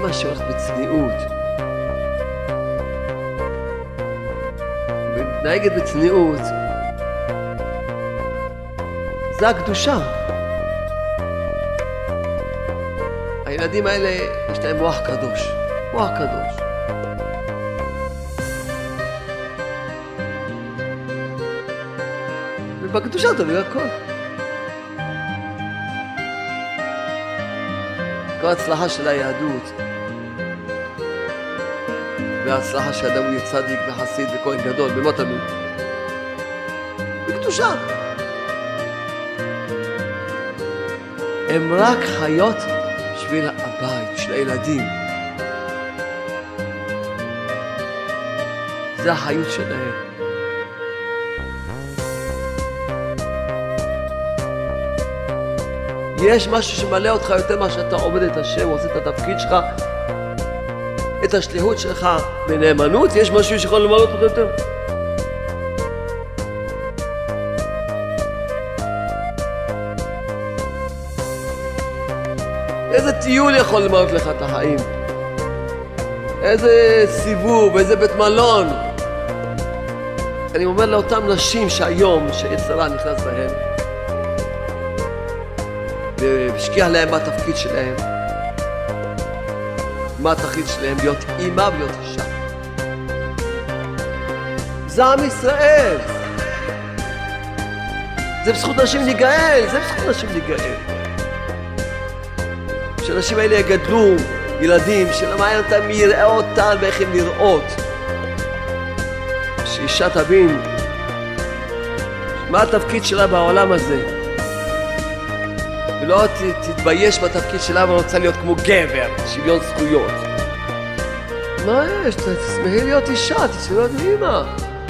אמא שהולך בצניעות, ומתנהגת בצניעות, זה הקדושה. הילדים האלה יש להם מוח קדוש, מוח קדוש. ובקדושה תלוי הכל. כל ההצלחה של היהדות, וההצלחה שאדם הוא צדיק וחסיד וכהן גדול, במה תלוי? בקדושה. הם רק חיות בשביל הבית, בשביל הילדים. זה החיות שלהם. יש משהו שמלא אותך יותר מה שאתה עובד את השם, עושה את התפקיד שלך, את השליחות שלך בנאמנות, יש משהו שיכול למלא אותך יותר. איזה טיול יכול למלא לך את החיים? איזה סיבוב, איזה בית מלון? אני אומר לאותם נשים שהיום, שיצרה נכנס בהם, והשקיע להם מה התפקיד שלהם, מה התפקיד שלהם, להיות אימא ולהיות אישה. זה עם ישראל. זה בזכות נשים להיגאל, זה בזכות נשים להיגאל. שאנשים האלה יגדלו ילדים, שלמען אותם יראה אותם ואיך הם לראות. שאישה תבין מה התפקיד שלה בעולם הזה. ולא תתבייש בתפקיד שלה ורוצה להיות כמו גבר, שוויון זכויות. מה יש? תשמחי להיות אישה, תשמחי להיות אימא.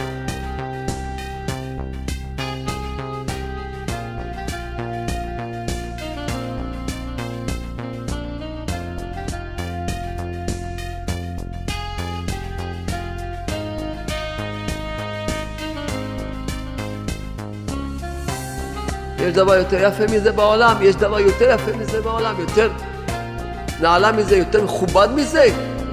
יש דבר יותר יפה מזה בעולם, יש דבר יותר יפה מזה בעולם, יותר נעלה מזה, יותר מכובד מזה.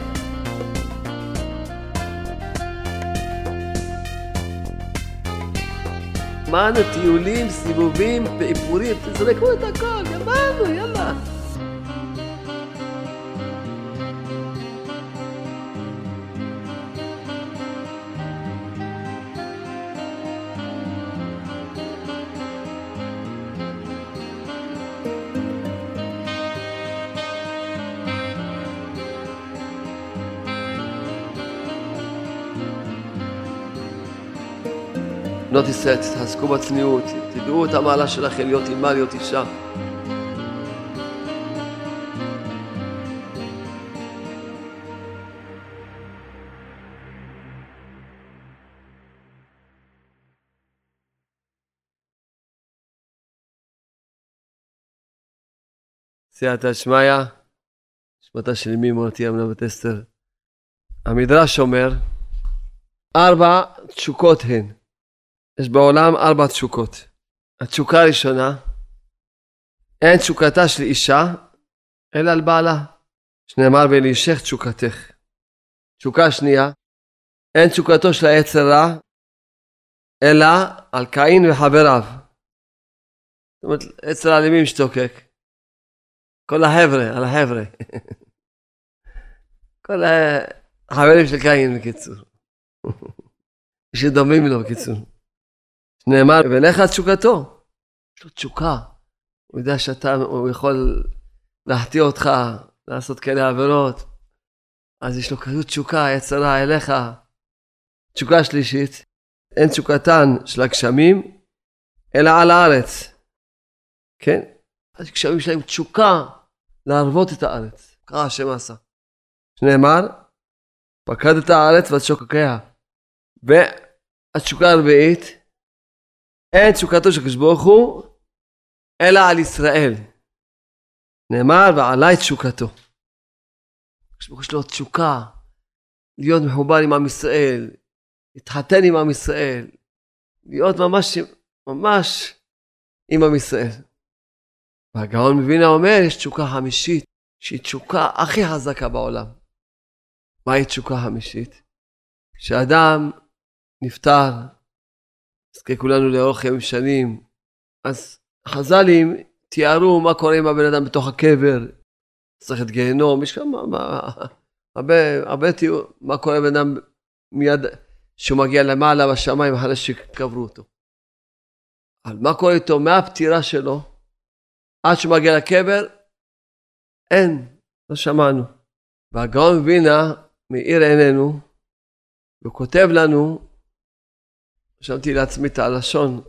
מה טיולים, סיבובים, ואיפורים, תזרקו את הכל, גמרנו, יאללה. בנות ישראל, תתחזקו בצניעות, תדעו את המעלה שלכם להיות אימא, להיות אישה. סייעתא שמיא, נשמתה של אמי מורתי אמונה בת אסתר. המדרש אומר, 4 תשוקות הן. יש בעולם 4 תשוקות. התשוקה הראשונה, אין תשוקתה של אישה, אלא על בעלה. שנאמר ולאישך תשוקתך. תשוקה שנייה, אין תשוקתו של היצר רע, אלא על קין וחבריו. זאת אומרת, יצר רע למי משתוקק? כל החבר'ה, על החבר'ה. כל החברים של קין בקיצור. שדומים לו בקיצור. נאמר, ולך תשוקתו. יש לו תשוקה. הוא יודע הוא יכול להחטיא אותך, לעשות כאלה עבירות. אז יש לו כזאת תשוקה, יצרה אליך. תשוקה שלישית, אין תשוקתן של הגשמים, אלא על הארץ. כן? אז הגשמים שלהם תשוקה להרוות את הארץ. ככה השם עשה. שנאמר, פקד את הארץ ותשוקקיה. והתשוקה הרביעית, אין תשוקתו של הקדוש ברוך הוא, אלא על ישראל. נאמר, ועלי תשוקתו. הקדוש ברוך הוא יש לו תשוקה, להיות מחובר עם עם ישראל, להתחתן עם עם ישראל, להיות ממש עם עם ישראל. והגאון מווילנה אומר, יש תשוקה חמישית, שהיא תשוקה הכי חזקה בעולם. מהי תשוקה חמישית? כשאדם נפטר, נזכה כולנו לאורך ימים שנים, אז חז"לים תיארו מה קורה עם הבן אדם בתוך הקבר, צריך את גיהנום, יש כמה, הרבה תיאור, מה קורה עם בן אדם מיד שהוא מגיע למעלה בשמיים אחרי שקברו אותו. על מה קורה איתו מהפטירה שלו, עד שהוא מגיע לקבר, אין, לא שמענו. והגאון מווילנה מאיר עינינו, הוא כותב לנו, חשבתי לעצמי את הלשון,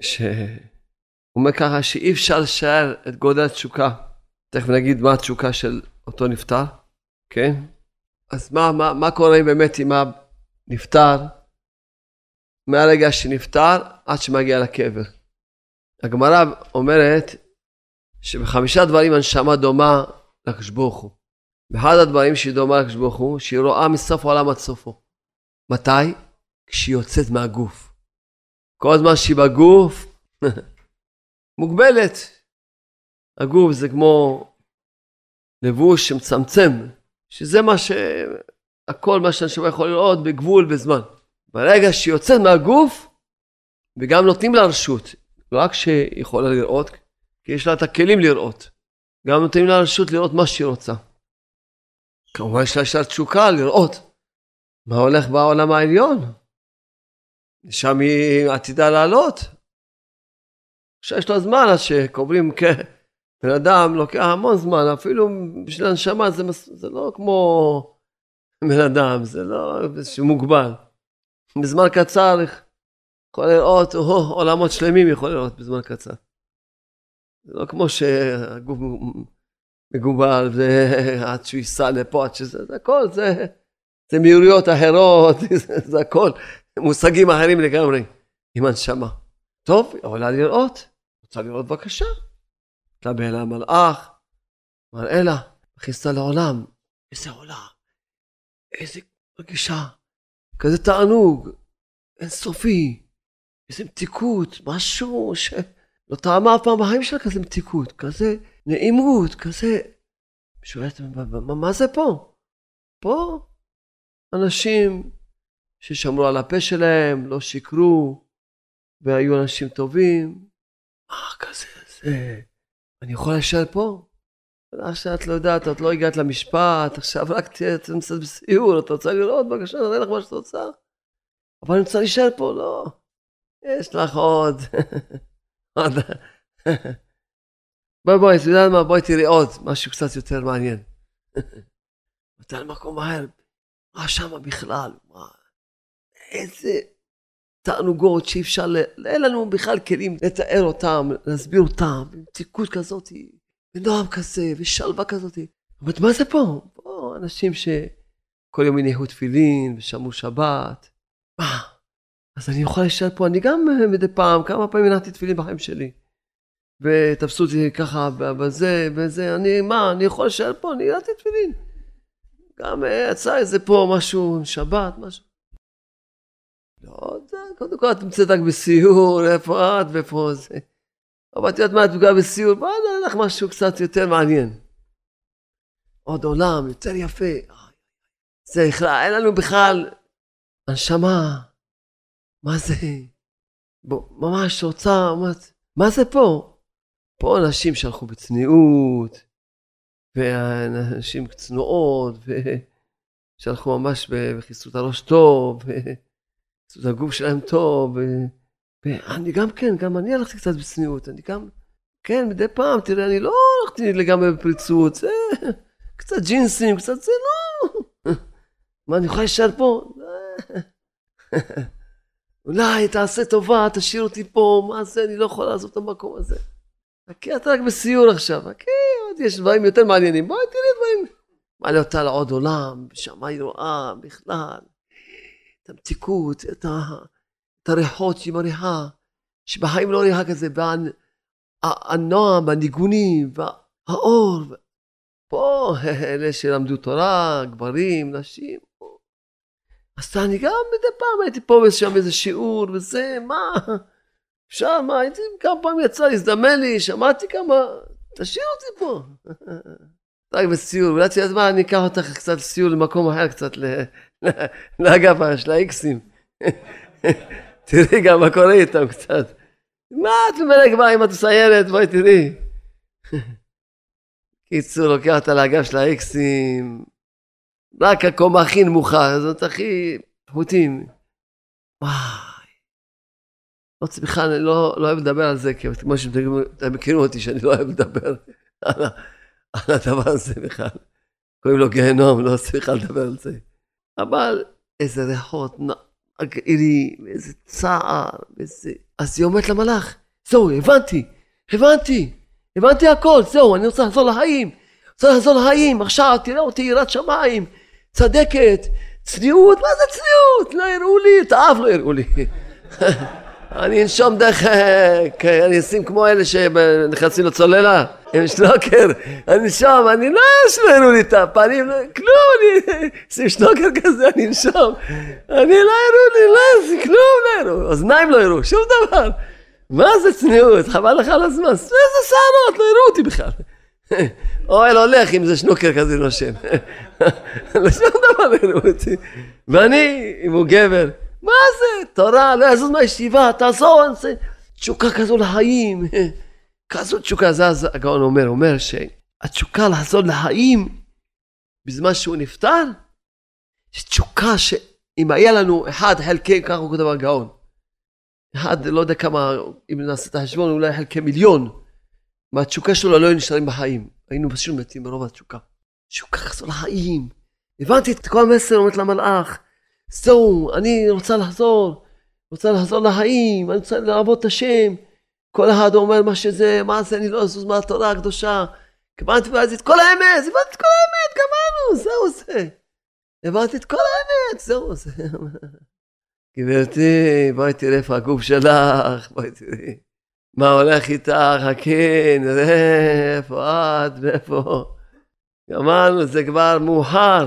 שהוא אומר ככה שאי אפשר לשער את גודל התשוקה. תכף נגיד מה התשוקה של אותו נפטר, כן? אז מה קורה באמת עם הנפטר, מהרגע שנפטר עד שמגיע לקבר? הגמרא אומרת שבחמישה דברים הנשמה דומה לקדוש ברוך הוא. באחד הדברים שהיא דומה לקדוש ברוך הוא, שהיא רואה מסוף העולם עד סופו. מתי? כשהיא יוצאת מהגוף. כל זמן שהיא בגוף, מוגבלת. הגוף זה כמו לבוש שמצמצם, שזה הכל מה שהנשמה יכול לראות בגבול בזמן. ברגע שהיא יוצאת מהגוף, וגם נותנים לה רשות, לא רק שהיא יכולה לראות, כי יש לה את הכלים לראות, גם נותנים לה רשות לראות מה שהיא רוצה. כמובן יש לה תשוקה לראות מה הולך בעולם העליון. שם היא עתידה לעלות. כשיש לה זמן, אז שקוברים בן אדם לוקח המון זמן, אפילו בשביל הנשמה זה לא כמו בן אדם, זה לא מוגבל. בזמן קצר יכול לראות, עולמות שלמים יכול לראות בזמן קצר. זה לא כמו שהגוף מגובל, ועד שהוא ייסע לפה, עד שזה, זה הכל, זה מהירויות אחרות, זה הכל, מושגים אחרים לגמרי, עם הנשמה. טוב, היא עולה לראות, רוצה לראות בבקשה. תלבא לה מלאך, מראה לה, מכניסה לעולם, איזה עולם, איזה מרגישה, כזה תענוג, אינסופי, איזה מתיקות, משהו שלא טעמה אף פעם בחיים שלה, כזה מתיקות, כזה נעימות, כזה, שואלת, מה זה פה? פה אנשים ששמרו על הפה שלהם, לא שיקרו, והיו אנשים טובים, כזה, זה, אני יכול להישאר פה? עכשיו את לא יודעת, את לא הגעת למשפט, עכשיו רק תהיה מצד בסיור, אתה רוצה לראות, בבקשה, נראה לך מה שאתה רוצה. אבל אני רוצה להישאר פה, לא. יש לך עוד. בואי, אתה יודע מה, בואי תראי עוד, משהו קצת יותר מעניין. אתה על מקום מהר, מה שמה בכלל, איזה תענוגות שאי אפשר, אין לנו בכלל כלים לתאר אותם, להסביר אותם, עם תיקות כזאת, ונועם כזה, ושלווה כזאת. אבל מה זה פה? פה אנשים שכל יום הניחו תפילין, ושמעו שבת. אז אני יכול להישאר פה, אני גם מדי פעם, כמה פעמים הנחתי תפילין בחיים שלי. ותפסו אותי ככה בזה, אני יכול להישאר פה, אני הנחתי תפילין. גם יצא איזה פה משהו, שבת, משהו. לא, קודם כל את נמצאת רק בסיור, איפה את ואיפה זה. אבל את יודעת מה, את פגעה בסיור, בואו נראה לך משהו קצת יותר מעניין. עוד עולם, יותר יפה. זה אין לנו בכלל הנשמה. מה זה? ממש רוצה, מה זה פה? פה אנשים שהלכו בצניעות, ואנשים צנועות, ושהלכו ממש בחיסות הראש טוב, חיסות הגוף שלהם טוב, ואני גם כן, גם אני הלכתי קצת בצניעות, אני גם, כן, מדי פעם, תראה, אני לא הלכתי לגמרי בפריצות, זה קצת ג'ינסים, קצת זה לא. מה, אני יכולה להישאר פה? אולי תעשה טובה, תשאיר אותי פה, מה זה, אני לא יכול לעזוב את המקום הזה. כי אתה רק בסיור עכשיו, יש דברים יותר מעניינים, בואי תראי דברים. מעלה אותה לעוד עולם, שמה היא רואה בכלל, את המתיקות, את הריחות שהיא מריחה, שבחיים לא ריחה כזה, והנועם, והניגונים, והאור. פה, אלה שלמדו תורה, גברים, נשים. אז אני גם מדי פעם הייתי פה ושם איזה שיעור וזה, מה? שם הייתי כמה פעמים יצא, הזדמן לי, שמעתי כמה, תשאיר אותי פה. רק בסיור, אולי תהיה מה, אני אקח אותך קצת סיור למקום אחר, קצת לאגף של האיקסים. תראי גם מה קורה איתם קצת. מה את אומרת כבר אם את מסיירת, בואי תראי. קיצור, לוקח אותה לאגף של האיקסים, רק הקומה הכי נמוכה, זאת הכי פחותים. וואי. לא צריכה, אני לא אוהב לדבר על זה, כי כמו שאתם מכירים אותי שאני לא אוהב לדבר על הדבר הזה בכלל. קוראים לו גיהנום, לא צריכה לדבר על זה. אבל איזה ריחות, נגעילי, איזה צער, איזה... אז היא אומרת למלאך, זהו, הבנתי הכל, זהו, אני רוצה לחזור לחיים, עכשיו תראה אותי יראת שמיים, צדקת, צניעות, מה זה צניעות? לא יראו לי, את האף לא יראו לי. אני אנשום דרך, אני אשים כמו אלה שנכנסים לצוללה, עם שנוקר, אני אנשום, אני לא יראו לי את הפנים, כלום, אני אשים שנוקר כזה, אני אנשום, אני לא יראו לי, לא, כלום לא יראו, אוזניים לא יראו, שום דבר. מה זה צניעות? חבל לך על הזמן, איזה שערות, לא יראו אותי בכלל. אוהל הולך אם זה שנוקר כזה נושם. לשום דבר לא יראו אותי. ואני, אם הוא גבר, מה זה? תורה, לא יזוז מהישיבה, תעזור, תשוקה כזו לחיים. כזו תשוקה, זה הגאון אומר שהתשוקה לחזור לחיים, בזמן שהוא נפטר, יש תשוקה שאם היה לנו אחד חלקי, ככה הוא כותב הגאון. אחד, לא יודע כמה, אם נעשה את החשבון, אולי חלקי מיליון. מהתשוקה שלו לא היו נשארים בחיים. היינו פשוט מתים ברוב התשוקה. תשוקה כזו לחיים. הבנתי את כל המסר, אומרת למלאך, זהו, אני רוצה לחזור לחיים, אני רוצה לעבוד את השם. כל אחד אומר מה שזה, מה זה, אני לא אזוז מהתורה הקדושה. הבנתי את כל האמת, גמרנו, זהו זה. הבנתי את כל האמת, זהו זה. גברתי, בואי תראה איפה הגוף שלך, בואי תראי. מה הולך איתך, חכי, נראה, איפה את, ואיפה. גמרנו, זה כבר מאוחר.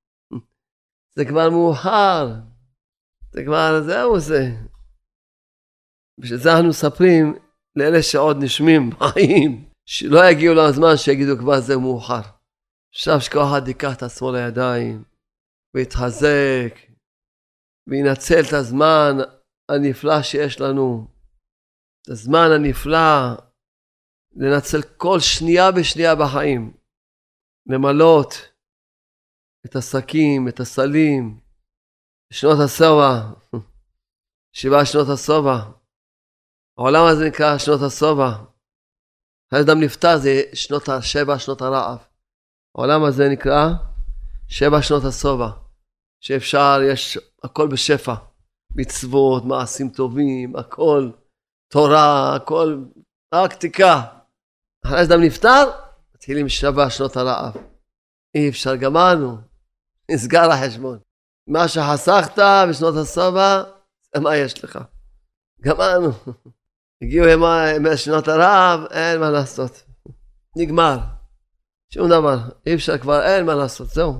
זהו זה. בשביל זה אנחנו מספרים לאלה שעוד נשמים בחיים, שלא יגיעו לזמן שיגידו כבר זה מאוחר. עכשיו שכל אחד ייקח את עצמו לידיים, ויתחזק, וינצל את הזמן הנפלא שיש לנו. את הזמן הנפלא, לנצל כל שנייה בשנייה בחיים. למלות את השקים, את הסלים, שנות השובע, 7 שנות השובע. העולם הזה נקרא שנות השובע. האדם נפטר זה 7 שנות הרעב. העולם הזה נקרא 7 שנות השובע. שאפשר, יש הכל בשפע. מצוות, מעשים טובים, הכל, תורה, הכל, רק תיקה. אחרי שאדם נפטר, מתחילים 7 שנות הרעב. אי אפשר, גמרנו. נסגר החשבון. מה שחסכת בשנות השובע, זה מה יש לך. גמרנו. הגיעו ימי שנות הרעב, אין מה לעשות. נגמר. שום דבר. אי אפשר כבר, אין מה לעשות, זהו.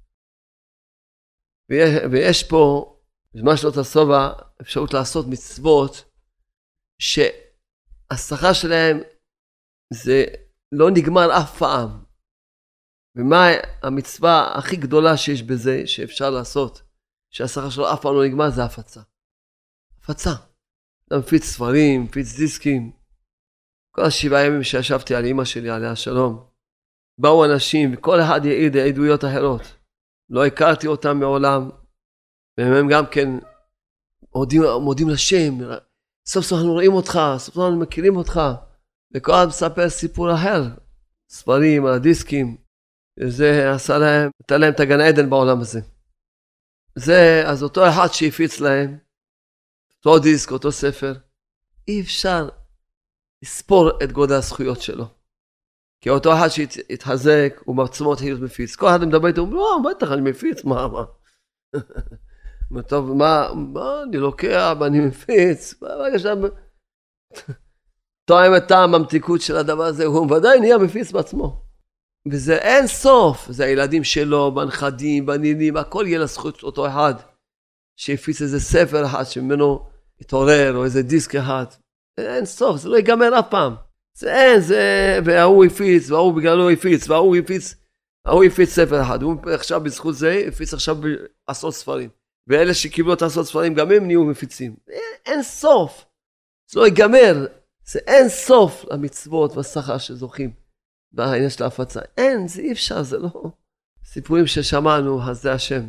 ויש פה, בזמן שנות השובע, אפשרות לעשות מצוות, שהשכר שלהם זה לא נגמר אף פעם. ומה המצווה הכי גדולה שיש בזה, שאפשר לעשות, שהשכר שלו אף פעם לא נגמר, זה הפצה. הפצה. אתה מפיץ ספרים, מפיץ דיסקים. כל 7 ימים שישבתי על אמא שלי, עליה שלום, באו אנשים, וכל אחד יעיד עדויות אחרות. לא הכרתי אותם מעולם, והם גם כן מודים לשם, סוף סוף אנחנו רואים אותך, סוף סוף אנחנו מכירים אותך, וכל אחד מספר סיפור אחר, ספרים, הדיסקים, וזה עשה להם, נתן להם את הגן עדן בעולם הזה. אז אותו אחד שהפיץ להם, אותו דיסק, אותו ספר, אי אפשר לספור את גודל הזכויות שלו. כי אותו אחד שהתחזק, הוא בעצמו התחיל מפיץ. כל אחד מדבר איתו, לא, בטח, אני מפיץ, מה? טוב, מה, אני לוקח, אני מפיץ, תואם את טעם המתיקות של הדבר הזה, הוא ודאי נהיה מפיץ בעצמו. וזה אין סוף, זה הילדים שלו, בנכדים, בנינים, הכל יהיה לזכות אותו אחד, שהפיץ איזה ספר אחד שממנו התעורר, או איזה דיסק אחד. אין סוף, זה לא ייגמר אף פעם. זה אין, וההוא הפיץ, וההוא בגללו הפיץ, וההוא הפיץ הוא הפיץ ספר אחד, הוא עכשיו בזכות זה הפיץ עכשיו בעשרות ספרים. ואלה שקיבלו את עשרות ספרים גם הם נהיו מפיצים. אין סוף. זה לא ייגמר. זה אין סוף למצוות והשכר שזוכים בעניין של ההפצה. אין, זה אי אפשר, זה לא. סיפורים ששמענו, אז זה השם.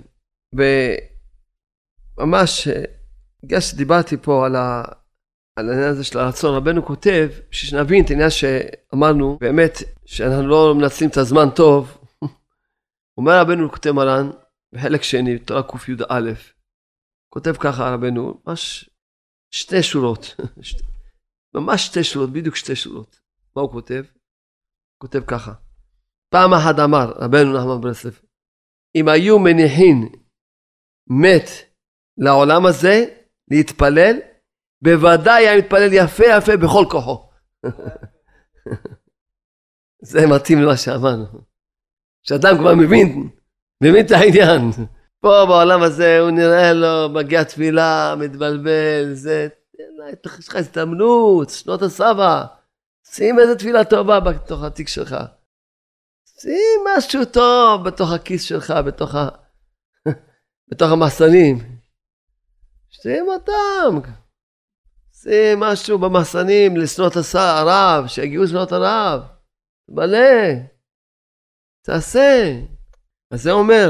וממש, בגלל שדיברתי פה על העניין הזה של הרצון, רבנו כותב, שנבין את העניין שאמרנו, באמת שאנחנו לא מנצלים את הזמן טוב, אומר רבנו כותב מרן, בחלק שני, תורה ק"א, כותב ככה רבנו, ממש שתי שורות, ממש שתי שורות, בדיוק שתי שורות. מה הוא כותב? הוא כותב ככה, פעם אחת אמר רבנו נחמן ברסלב, אם היו מניחים מת לעולם הזה, להתפלל, בוודאי היה מתפלל יפה יפה בכל כוחו. זה מתאים למה שאמרנו. שאדם כבר מבין את העניין. פה בעולם הזה הוא נראה לו, מגיע תפילה, מתבלבל, זה, יש לך הזדמנות, שנות הסבא, שים איזה תפילה טובה בתוך התיק שלך. שים משהו טוב בתוך הכיס שלך, בתוך המחסנים. שים אותם. שים משהו במחסנים לשנות הרב, שיגיעו שנות הרב. מלא. תעשה. אז זה אומר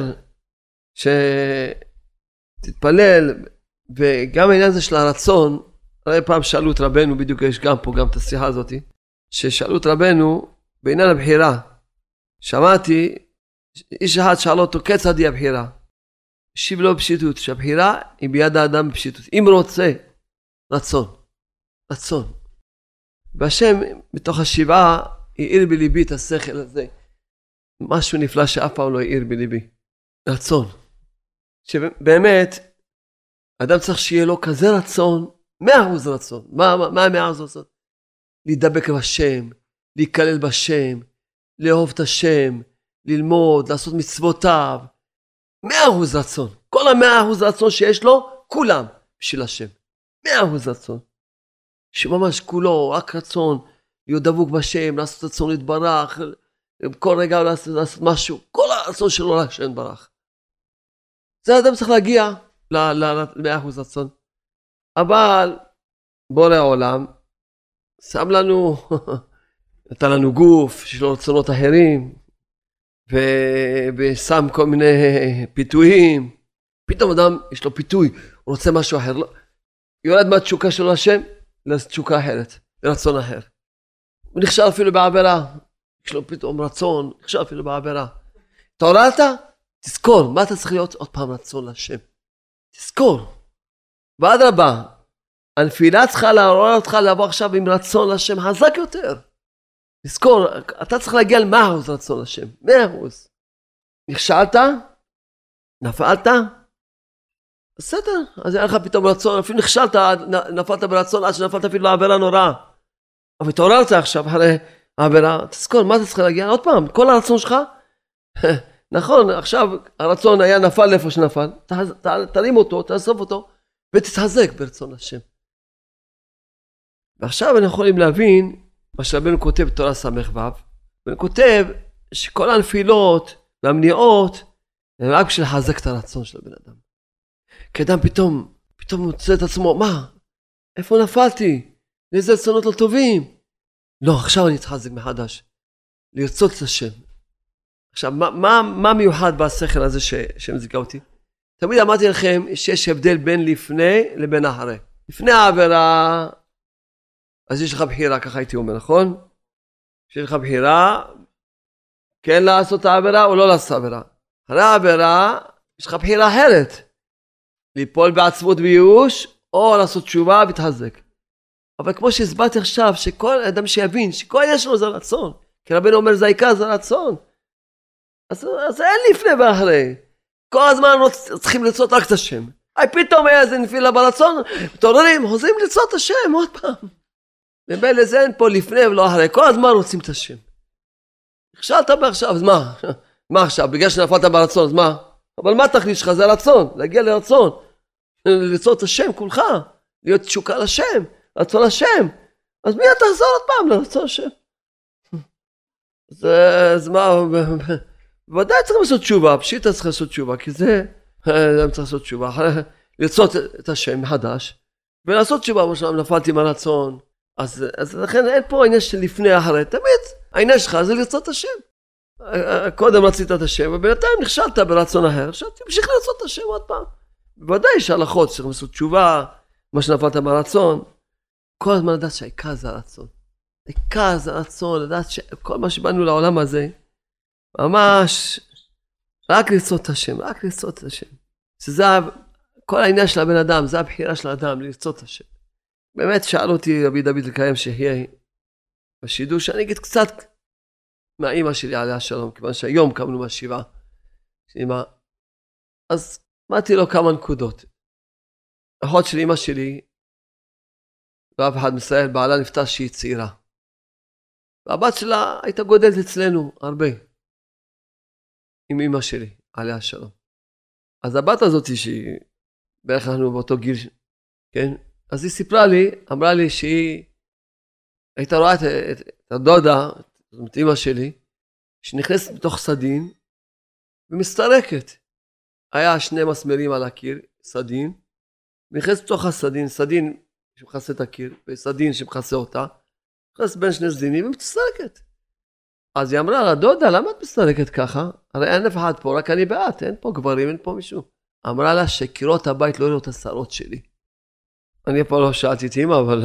שתתפלל, וגם העניין הזה של הרצון, הרי פעם שאלו את רבנו, בדיוק יש גם פה גם את השיחה הזאת, ששאלו את רבנו בעניין הבחירה. שמעתי, איש אחד שאל אותו, כיצד היא הבחירה? השיב לו בפשיטות, שהבחירה היא ביד האדם בפשיטות. אם רוצה, רצון. והשם בתוך השבעה, העיר בליבי את השכל הזה. משהו נפלא שאף פעם לא העיר בליבי. רצון. שבאמת, אדם צריך שיהיה לו כזה רצון, 100% רצון. מה 100% רצון? להידבק בשם, להיכלל בשם, לאהוב את השם, ללמוד, לעשות מצוותיו. 100% רצון. כל 100% רצון שיש לו, כולם בשביל השם. 100% רצון. שממש כולו, רק רצון, להיות דבוק בשם, לעשות רצון להתברך, כל רגע לעשות משהו, כל הרצון שלו רק שם ברך. זה האדם צריך להגיע ל-100% רצון. אבל בורא העולם שם לנו, נתן לנו גוף שיש לו רצונות אחרים, ושם כל מיני פיתויים. פתאום אדם יש לו פיתוי, הוא רוצה משהו אחר. יורד מהתשוקה שלו לשם, לתשוקה אחרת, לרצון אחר. הוא נכשל אפילו בעבירה. יש לו פתאום רצון, נכשל אפילו בעבירה. תעוררת? תזכור, מה אתה צריך להיות? עוד פעם רצון לשם. תזכור. ואדרבה, הנפילה צריכה לעורר אותך לבוא עכשיו עם רצון לשם חזק יותר. תזכור, אתה צריך להגיע ל-100% רצון לשם. 100%. נכשלת? נפלת? בסדר, אז היה לך פתאום רצון, אפילו נכשלת, נפלת ברצון עד שנפלת אפילו לעבירה נוראה. אבל התעוררת עכשיו אחרי העבירה, תזכור, מה אתה צריך להגיע? עוד פעם, כל הרצון שלך, נכון, עכשיו הרצון היה נפל לאיפה שנפל, תרים אותו, תאסוף אותו, ותתחזק ברצון השם. ועכשיו אנחנו יכולים להבין מה שרבנו כותב בתורה ס"ו, הוא כותב שכל הנפילות והמניעות הם רק בשביל לחזק את הרצון של הבן אדם. כי אדם פתאום מוצא את עצמו, מה? איפה נפלתי? לאיזה רצונות לא טובים? לא, עכשיו אני אתחזק מחדש. לרצות את השם. עכשיו, מה מיוחד בשכל הזה שמזיקה אותי? תמיד אמרתי לכם שיש הבדל בין לפני לבין אחרי. לפני העבירה, אז יש לך בחירה, ככה הייתי אומר, נכון? יש לך בחירה, כן לעשות את העבירה או לא לעשות את העבירה. אחרי העבירה, יש לך בחירה אחרת. ליפול בעצמות וייאוש, או לעשות תשובה ולהתחזק. אבל כמו שהסברתי עכשיו, שכל אדם שיבין, שכל יש לו זה רצון. כי רבנו אומר, זה העיקר, זה רצון. אז אין לפני ואחרי. כל הזמן צריכים לרצות רק את השם. פתאום היה איזה נפילה ברצון, מתעוררים, חוזרים לרצות את השם עוד פעם. ובין לזה אין פה לפני ולא אחרי. כל הזמן רוצים את השם. נכשלת בעכשיו, אז מה? מה עכשיו? בגלל שנפלת ברצון, אז מה? אבל מה התכלית שלך? זה רצון, להגיע לרצון. לרצות את השם כולך, להיות תשוקה לשם, רצון לשם. אז מי תחזור עוד פעם לרצון השם? אז מה, ודאי צריך לעשות תשובה, פשיטה צריך לעשות תשובה, כי זה צריך לעשות תשובה, לרצות את השם מחדש, ולעשות תשובה, כמו שאומרים, נפלתי מהרצון, אז לכן אין פה עניין של לפני אחרי, תמיד העניין שלך זה לרצות את השם. קודם רצית את השם, ובינתיים נכשלת ברצון אחר, עכשיו תמשיך לרצות את השם עוד פעם. בוודאי יש הלכות, צריך לעשות תשובה, מה שנפלת מהרצון, כל הזמן לדעת שהעיקר זה הרצון. העיקר זה הרצון, לדעת שכל מה שבאנו לעולם הזה, ממש רק לרצות את השם, רק לרצות את השם. שזה כל העניין של הבן אדם, זה הבחירה של האדם, לרצות את השם. באמת שאל אותי רבי דוד לקיים שיהיה בשידור, שאני אגיד קצת מהאמא שלי עליה שלום, כיוון שהיום קמנו מהשבעה. אז אמרתי לו כמה נקודות. אחות של אמא שלי, ואף אחד מישראל, בעלה נפטר שהיא צעירה. והבת שלה הייתה גודלת אצלנו הרבה. עם אמא שלי, עליה שלום. אז הבת הזאת שהיא, בערך אנחנו באותו גיל, כן? אז היא סיפרה לי, אמרה לי שהיא הייתה רואה את הדודה, זאת אומרת אמא שלי, שנכנסת בתוך סדין ומסתרקת. היה שני מסמרים על הקיר, סדין, ונכנסת בתוך הסדין, סדין שמכסה את הקיר, וסדין שמכסה אותה, נכנסת בין שני סדינים ומסתרקת. אז היא אמרה לה, דודה, למה את מסתרקת ככה? הרי אין אף אחד פה, רק אני ואת, אין פה גברים, אין פה מישהו. אמרה לה שקירות הבית לא יראו את השערות שלי. אני פה לא שאלתי את אמא, אבל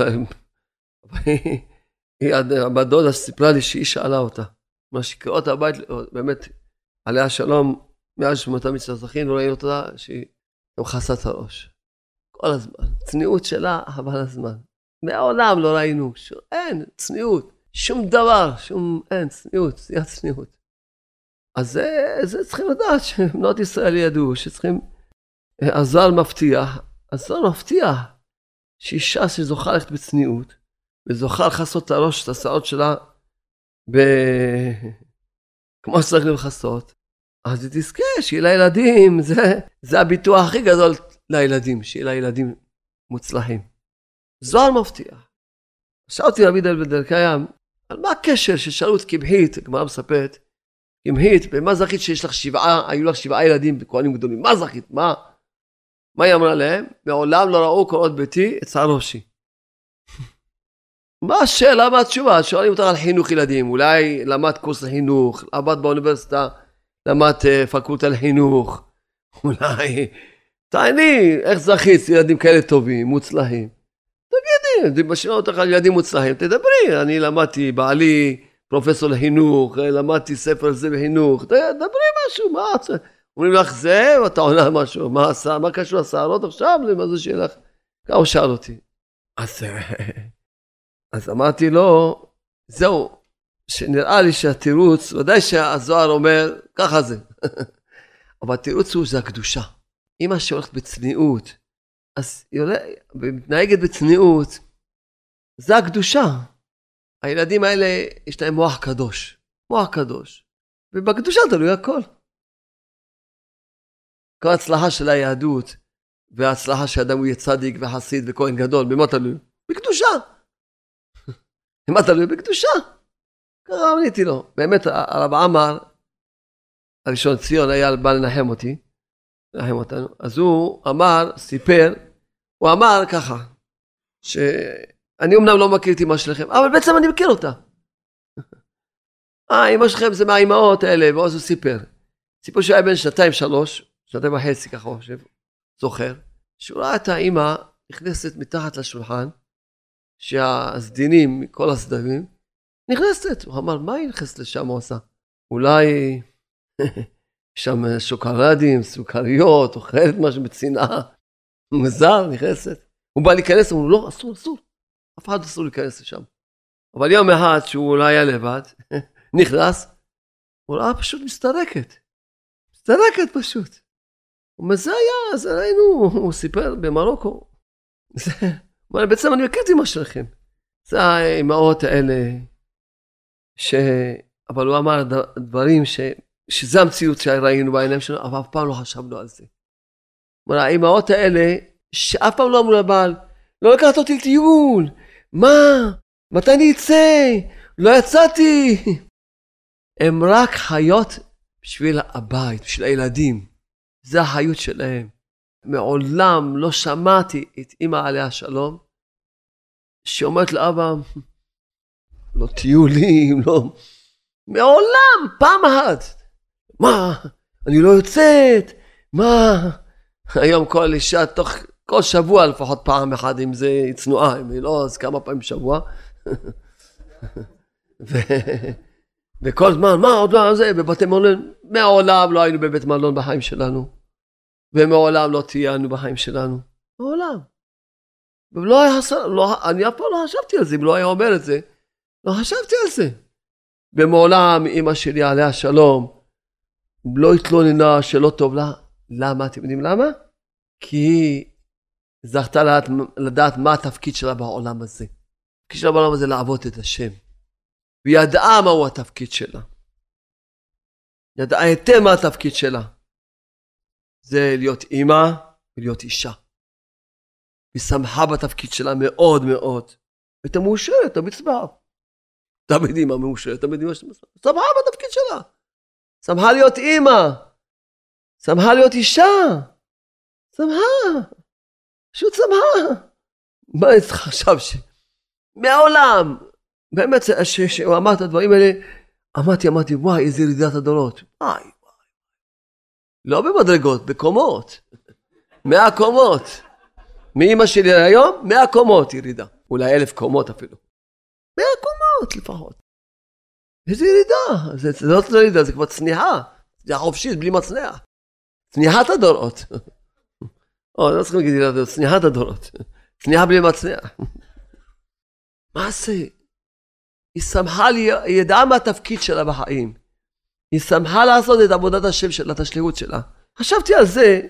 הדודה סיפרה לי שהיא שאלה אותה. מה שקירות הבית, באמת, עליה שלום, מאז שמתה מצטרכים, לא ראינו אותה שהיא מכסה את הראש. כל הזמן. צניעות שלה, אבל הזמן. מעולם לא ראינו, אין, צניעות. שום דבר, אין, צניעות, זה צניעות. אז זה צריכים לדעת שבנות ישראל ידעו, שצריכים, הזוהר מבטיח שאישה שזוכה ללכת בצניעות, וזוכה לחסות את הראש, את השעות שלה, כמו שצריך לחסות, אז היא תזכה שיהיה לילדים, זה הביטוח הכי גדול לילדים, שיהיה לילדים מוצלחים. זוהר מבטיח. שאלתי רבי דוד קיים, על מה הקשר ששאלו את קמחית, הגמרא מספרת, קמחית, במה זכית שיש לך היו לך 7 ילדים בכהנים גדולים, מה זכית, מה היא אמרה להם? מעולם לא ראו קורות ביתי אצל ראשי. מה השאלה, מה התשובה? שואלים אותך על חינוך ילדים, אולי למד קורס לחינוך, עבד באוניברסיטה, למד פקולטה לחינוך, אולי, תעני, איך זכית ילדים כאלה טובים, מוצלחים? תגידי, משאירה אותך על ילדים מוצלחים, תדברי, אני למדתי, בעלי פרופסור לחינוך, למדתי ספר זה בחינוך, תדברי משהו, מה? אומרים לך זה, ואתה עונה משהו, מה קשור לשערות עכשיו? למה זה שאלך? ככה הוא שאל אותי. אז אמרתי לו, זהו, שנראה לי שהתירוץ, ודאי שהזוהר אומר, ככה זה. אבל התירוץ הוא, זה הקדושה. אמא שהולכת בצניעות, אז היא מתנהגת בצניעות, זה הקדושה. הילדים האלה, יש להם מוח קדוש. ובקדושה תלוי הכל. כל ההצלחה של היהדות, וההצלחה שאדם הוא יהיה צדיק וחסיד וכהן גדול, במה תלוי? בקדושה. במה תלוי? בקדושה. ככה עניתי לו. באמת הרב עמר, הראשון ציון היה בא לנחם אותנו. אז הוא סיפר, הוא אמר ככה, שאני אמנם לא מכיר את אמא שלכם, אבל בעצם אני מכיר אותה. אמא שלכם זה מהאימהות האלה, ואז הוא סיפר שהוא היה בין 2-3, 2.5 ככה הוא חושב, זוכר, שהוא ראה את האמא נכנסת מתחת לשולחן, שהסדינים מכל הסדבים, נכנסת. הוא אמר, מה היא נכנסת לשם הוא עושה? אולי שם שוקולדים, סוכריות, אוכלת משהו בצנעה, מוזר, נכנסת. הוא בא להיכנס, הוא אומר, לא, אסור. אף אחד אסור להיכנס לשם. אבל יום אחד שהוא אולי היה לבד, נכנס, הוא ראה פשוט מסתרקת פשוט. וזה היה, אז ראינו, הוא סיפר במרוקו. בעצם אני מכיר את אמא שלכם. זה האמהות האלה, אבל הוא אמר דברים שזה המציאות שראינו בעיניים שלנו, אבל אף פעם לא חשבנו על זה. האמהות האלה, שאף פעם לא אמרו לבעל, לא לקחת אותי לטיול, מתי אני אצא? לא יצאתי. הם רק חיות בשביל הבית, בשביל הילדים. זה החיות שלהם. מעולם לא שמעתי את אמא עליה שלום, שאומרת לאבא, לא טיולים, לא... מעולם, פעם אחת. מה? אני לא יוצאת? מה? היום כל אישה, כל שבוע לפחות פעם אחת, אם זה צנועה, אם היא לא, אז כמה פעמים בשבוע. וכל זמן, מה עוד מה זה? בבתי מלון, מעולם לא היינו בבית מלון בחיים שלנו. ומעולם לא טיינו בחיים שלנו. מעולם. ולא היה, אני אף פעם לא חשבתי על זה, אם לא היה אומר את זה. לא חשבתי על זה. ומעולם אמא שלי עליה שלום, לא התלוננה שלא טוב לה. למה? אתם יודעים למה? כי היא זכתה לדעת מה התפקיד שלה בעולם הזה. התפקיד שלה בעולם הזה לעבוד את השם. וידעה מהו התפקיד שלה. ידעה היטב מה התפקיד שלה. זה להיות אימא ולהיות אישה. היא שמחה בתפקיד שלה מאוד מאוד. הייתה מאושרת, המצווה. תמיד אימא מאושרת, תמיד אימא שמחה. שמחה בתפקיד שלה. שמחה להיות אימא. שמחה להיות אישה. שמחה. פשוט שמחה. מה חשב מעולם. באמת שהוא אמר את הדברים האלה, אמרתי, וואי, איזה ירידת הדורות. וואי. לא במדרגות, בקומות. 100 קומות. מאמא שלי היום, 100 קומות ירידה. אולי 1000 קומות אפילו. 100 קומות לפחות. איזה ירידה. זה לא ירידה, זה כבר צניחה. זה חופשית, בלי מצנח. צניחת הדורות. לא צריכים להגיד ירידה, צניחת הדורות. צניחה בלי מצנח. מה זה? היא שמחה לי, היא ידעה מה התפקיד שלה בחיים. היא שמחה לעשות את עבודת השם שלה, את השליחות שלה. חשבתי על זה,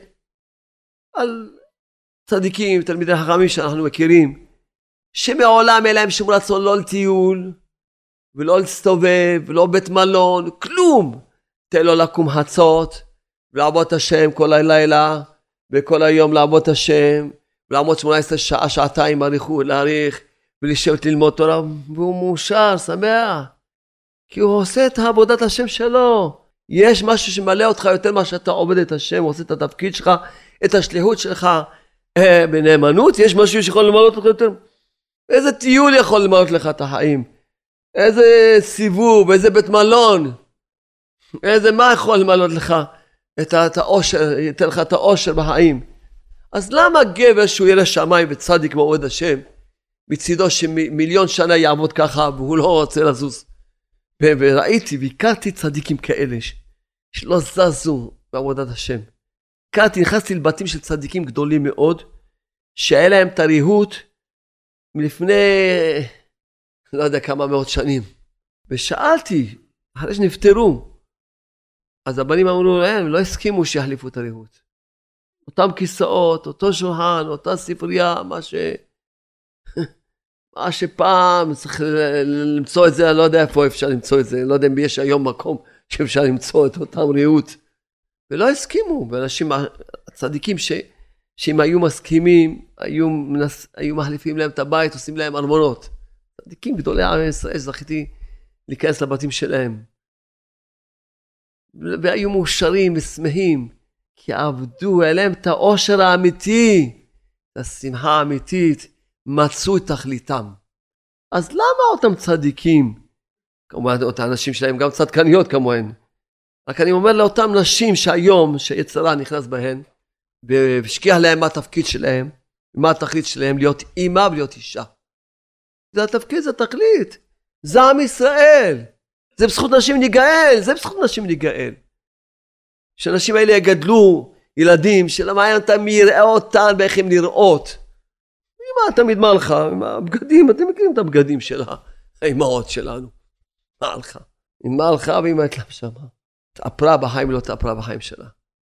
על צדיקים, תלמידי חכמים שאנחנו מכירים, שמעולם אין להם שום רצון לא לטיול, ולא להסתובב, ולא בית מלון, כלום. תן לו לקום חצות, ולעבוד את השם כל הלילה, וכל היום לעבוד את השם, ולעמוד 18 שעה, שעתיים להאריך, ולשבת ללמוד תורה, והוא מאושר, שמח. כי הוא עושה את עבודת השם שלו. יש משהו שמלא אותך יותר מה שאתה עובד את השם, עושה את התפקיד שלך, את השליחות שלך בנאמנות. יש משהו שיכול למלות אותך יותר. איזה טיול יכול למלות לך את החיים? איזה סיבוב, איזה בית מלון? מה יכול למלות לך את האושר, ייתן לך את האושר בחיים? אז למה גבר שהוא ירא שמיים וצדיק מעובד השם, מצידו שמיליון שנה יעבוד ככה והוא לא רוצה לזוז? וראיתי והכרתי צדיקים כאלה שלא זזו בעבודת השם. נכנסתי לבתים של צדיקים גדולים מאוד, שהיה להם את הריהוט מלפני לא יודע כמה מאות שנים. ושאלתי, אחרי שנפטרו, אז הבנים אמרו להם, לא הסכימו שיחליפו את הריהוט. אותם כיסאות, אותו שולחן, אותה ספרייה, מה שפעם צריך למצוא את זה, אני לא יודע איפה אפשר למצוא את זה, אני לא יודע אם יש היום מקום שאפשר למצוא את אותם ריהוט. ולא הסכימו, ואנשים הצדיקים שאם היו מסכימים, היו מחליפים להם את הבית, עושים להם ארמונות. צדיקים גדולי עם ישראל, זכיתי להיכנס לבתים שלהם. והיו מאושרים ושמחים, כי עבדו, היה להם את האושר האמיתי, את השמחה האמיתית, מצאו את תכליתם. אז למה אותם צדיקים, כמובן אותם אנשים שלהם גם צדקניות כמוהן, רק אני אומר לאותם נשים שהיום, שיצרה נכנס בהן, והשקיע להם מה התפקיד שלהם, מה התכלית שלהם, להיות אימא ולהיות אישה. זה התפקיד, זה התכלית. זה עם ישראל. זה בזכות נשים ניגאל, זה בזכות נשים ניגאל. שאנשים האלה יגדלו ילדים, שלמעיין אותם יראה אותם ואיך הם נראות. אמא תמיד מה לך? הבגדים, אתם מכירים את הבגדים שלה, האמהות שלנו. מה לך? אמא הלכה ואמא התלבשה שמה. תאפרה בחיים, לא תאפרה בחיים שלה.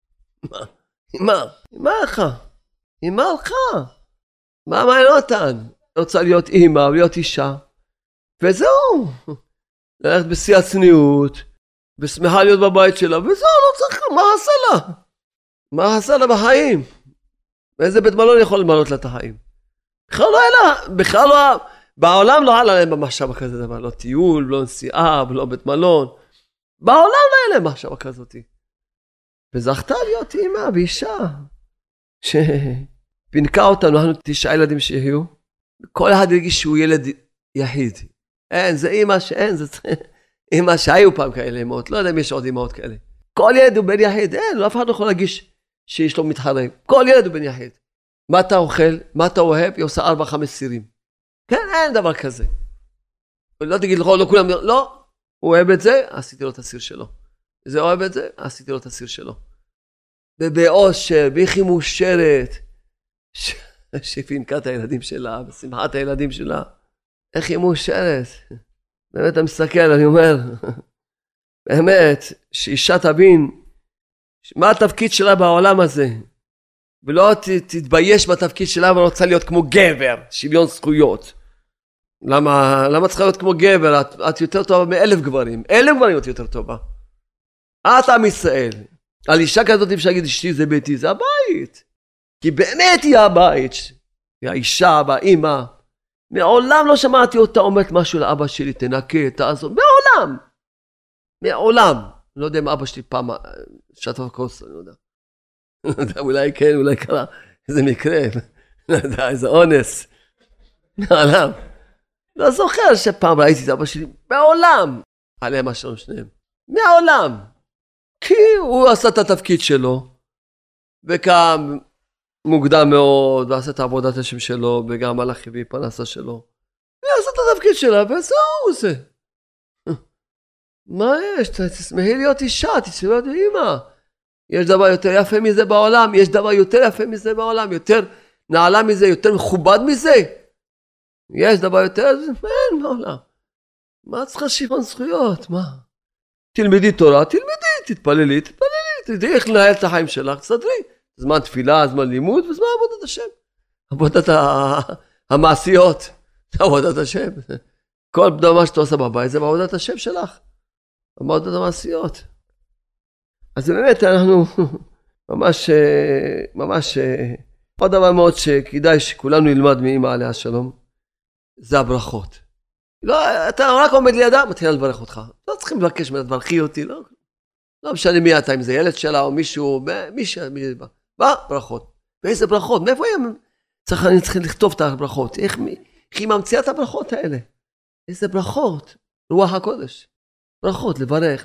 אמא הלכה. אמא הלכה. מה מעניין אותן? רוצה להיות אמא ולהיות אישה. וזהו. ללכת בשיא הצניעות, ושמחה להיות בבית שלה, וזהו, לא צריך, מה עשה לה? מה עשה לה בחיים? באיזה בית מלון יכול למלות לה את החיים? בכלל לא היה לה, בכלל לא, בעולם לא היה להם במחשבה כזה דבר, לא טיול, לא נסיעה, לא בית מלון. בעולם לא יהיה להם מחשבה כזאת. וזכתה להיות אימא ואישה, שפינקה אותנו, אנחנו 9 ילדים שיהיו, כל אחד הרגיש שהוא ילד יחיד. אין, זה אימא שאין, זה אימא שהיו פעם כאלה אמהות, לא יודע אם יש עוד אמהות כאלה. כל ילד הוא בן יחיד, אין, אף אחד לא יכול להגיש שיש לו מתחרה. כל ילד הוא בן יחיד. מה אתה אוכל? מה אתה אוהב? היא עושה 4-5 סירים. כן, אין דבר כזה. לא תגיד לך, לא כולם, לא, הוא אוהב את זה, עשיתי לו את הסיר שלו. זה אוהב את זה, עשיתי לו את הסיר שלו. ובאושר, ואיך היא מאושרת, שפינקה את הילדים שלה, בשמחת הילדים שלה. איך היא מאושרת. באמת אתה מסתכל, אני אומר, באמת, שאישה תבין, מה התפקיד שלה בעולם הזה, ולא תתבייש בתפקיד שלה, אבל רוצה להיות כמו גבר, שוויון זכויות. למה צריכה להיות כמו גבר? את יותר טובה מ1,000 גברים. 1,000 גברים את יותר טובה. את עם ישראל. על אישה כזאת אפשר להגיד, אשתי זה ביתי, זה הבית. כי באמת היא הבית. היא האישה והאימא. מעולם לא שמעתי אותה אומרת משהו לאבא שלי, תנקה, תעזור. מעולם. לא יודע אם אבא שלי פעם שטף כוס, אני לא יודע. אולי כן, אולי קרה איזה מקרה. לא יודע, איזה אונס. מעולם. לא זוכר שפעם ראיתי את אבא שלי. מעולם. עליהם השלום שניהם. מעולם. כי הוא עשה את התפקיד שלו. וקם מוקדם מאוד, ועשה את עבודת השם שלו, וגם הלך הביא פרנסה שלו. ועשה את התפקיד שלה, וזהו הוא עושה. מה יש? תשמחי להיות אישה, תשמחי להיות אימא. יש דבר יותר יפה מזה בעולם, יש דבר יותר יפה מזה בעולם, יותר נעלה מזה, יותר מכובד מזה. יש דבר יותר, אין בעולם. מה צריכה שוויון זכויות? מה? תלמדי תורה, תלמדי, תתפללי, תדעי איך לנהל את החיים שלך, תסדרי. זמן תפילה, זמן לימוד, וזמן עבודת השם. עבודת המעשיות, עבודת השם. כל דבר שאתה עושה בבית, זה בעבודת השם שלך. עבודת המעשיות. אז באמת אנחנו ממש, עוד דבר מאוד שכדאי שכולנו נלמד מאמא עליה שלום, זה הברכות. לא, אתה רק עומד לידה, מתחילה לברך אותך. לא צריכים לבקש ממנה, תברכי אותי, לא משנה מי אתה, אם זה ילד שלה או מישהו, מה? ברכות. ואיזה ברכות? מאיפה הם? אני צריך לכתוב את הברכות. איך היא ממציאה את הברכות האלה? איזה ברכות? רוח הקודש. ברכות, לברך,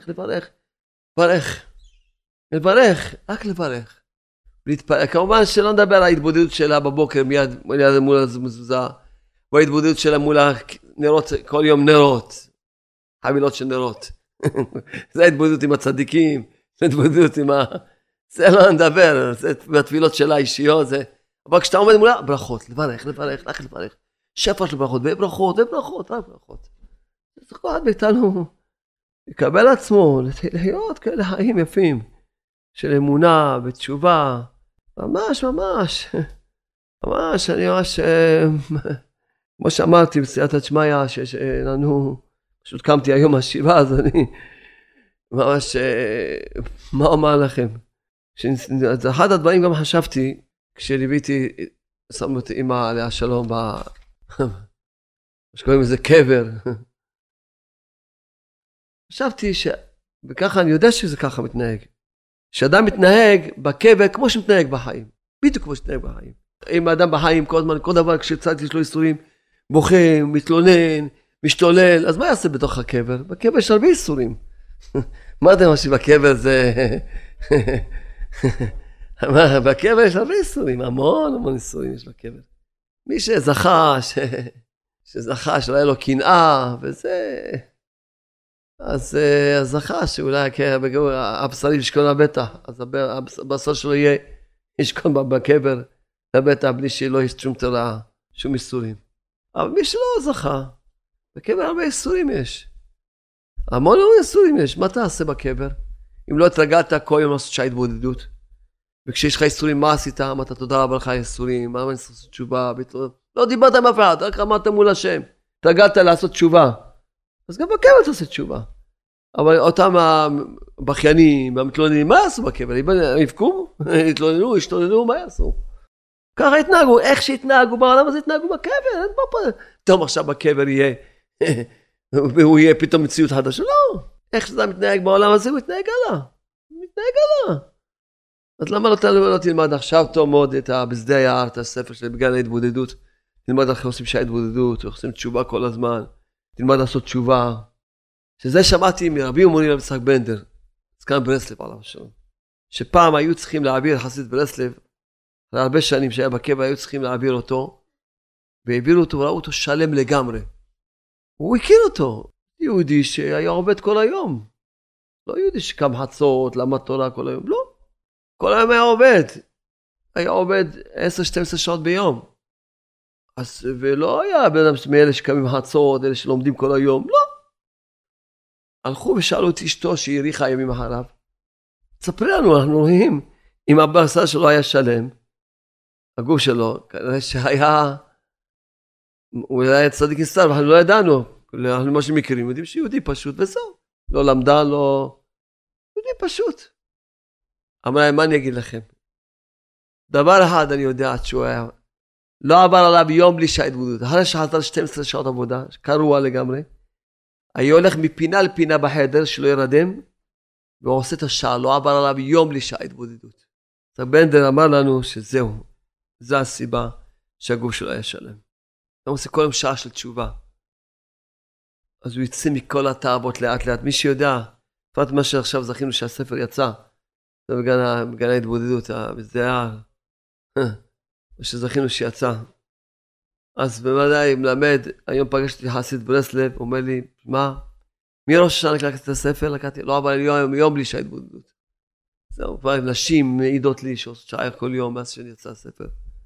רק לברך. כמובן שלא נדבר על ההתבודדות שלה בבוקר מיד מול המזוזה, וההתבודדות שלה מול הנרות, כל יום נרות, חבילות של נרות. זה ההתבודדות עם הצדיקים, זה ההתבודדות עם זה לא נדבר, זה בתפילות שלה אישיות, זה. אבל כשאתה עומד מולה, ברכות, לברך, רק לברך. שפע של ברכות, וברכות, רק ברכות. זה כל אחד מאיתנו לקבל עצמו, להיות כאלה חיים יפים, של אמונה ותשובה, ממש, אני ממש, כמו שאמרתי בסייעתא דשמיא, שלנו, פשוט קמתי היום השבעה, אז אני ממש, מה אומר לכם? אז אחד הדברים גם חשבתי, כשליוויתי, שמו את אמא עליה שלום, שקוראים לזה קבר. חשבתי וככה אני יודע שזה ככה מתנהג. שאדם מתנהג בקבר כמו שמתנהג בחיים. בדיוק כמו שמתנהג בחיים. אם האדם בחיים כל הזמן, כל דבר כשצד יש לו איסורים, בוכה, מתלונן, משתולל, אז מה יעשה בתוך הקבר? בקבר יש הרבה איסורים. מה אתם חושבים בקבר זה... בקבר יש הרבה איסורים, המון איסורים יש בקבר. מי שזכה, שלא היה לו קנאה, וזה... אז זכה שאולי הבשרי ישכון לבטח, אז הבשר שלו יהיה ישכון בקבר לבטח, בלי שלא יש שום תורה, שום איסורים. אבל מי שלא זכה, בקבר הרבה איסורים יש. המון איסורים יש, מה תעשה בקבר? אם לא התרגלת כל יום לעשות שעה התבודדות, וכשיש לך איסורים, מה עשית? אמרת תודה רבה לך איסורים, מה אני צריך לעשות תשובה? לא דיברת עם אף אחד, רק אמרת מול השם. התרגלת לעשות תשובה. אז גם בקבר תעשה תשובה. אבל אותם הבכיינים, המתלוננים, מה יעשו בקבר? יבכו? יתלוננו, ישתוללו, מה יעשו? ככה התנהגו, איך שהתנהגו בעולם הזה התנהגו בקבר. פתאום עכשיו בקבר יהיה, והוא יהיה פתאום מציאות חדשה. לא, איך שאתה מתנהג בעולם הזה, הוא מתנהג הלאה. אז למה לא תלמד עכשיו טוב מאוד בשדה היער, את הספר של בגן ההתבודדות, תלמד איך עושים שעה התבודדות, עושים תשובה כל הזמן, תלמד לעשות תשובה. שזה שמעתי מרבי ומורי רב יצחק בנדר, זקן ברסלב עליו השלום, שפעם היו צריכים להעביר חסיד ברסלב, אחרי הרבה שנים שהיה בקבע היו צריכים להעביר אותו, והעבירו אותו וראו אותו שלם לגמרי. הוא הכיר אותו, יהודי שהיה עובד כל היום. לא יהודי שקם חצות, למד תורה כל היום, לא. כל היום היה עובד. היה עובד 10-12 שעות ביום. אז, ולא היה בן אדם מאלה שקמים חצות, אלה שלומדים כל היום, לא. הלכו ושאלו את אשתו שהיא הריחה ימים אחריו. תספרי לנו, אנחנו רואים, אם הבשר שלו היה שלם, הגוף שלו, כנראה שהיה, הוא היה צדיק נסתר, ואנחנו לא ידענו, אנחנו מה שמכירים, יודעים שיהודי פשוט וזהו, לא למדה, לא, יהודי פשוט. אמרה להם, מה אני אגיד לכם? דבר אחד אני יודע שהוא היה, לא עבר עליו יום בלי שעה התבודדות, אחרי שחזר 12 שעות עבודה, קרוע לגמרי, היה הולך מפינה לפינה בחדר שלא ירדם, והוא עושה את השעה, לא עבר עליו יום בלי שעה התבודדות. אז בנדר אמר לנו שזהו, זו הסיבה שהגוף שלו היה שלם. הוא עושה כל יום שעה של תשובה. אז הוא יצא מכל התאוות לאט לאט. מי שיודע, לפחות מה שעכשיו זכינו שהספר יצא, זה בגן ההתבודדות, בשדה היער, מה שזכינו שיצא. אז בוודאי מלמד, היום פגשתי חסיד ברסלב, הוא אומר לי, מה? מראש השנה לקחתי את הספר, לקחתי, לא אבל יום בלי שעה התבודדות. זהו, נשים מעידות לי שעושות שעה כל יום מאז שיצא הספר.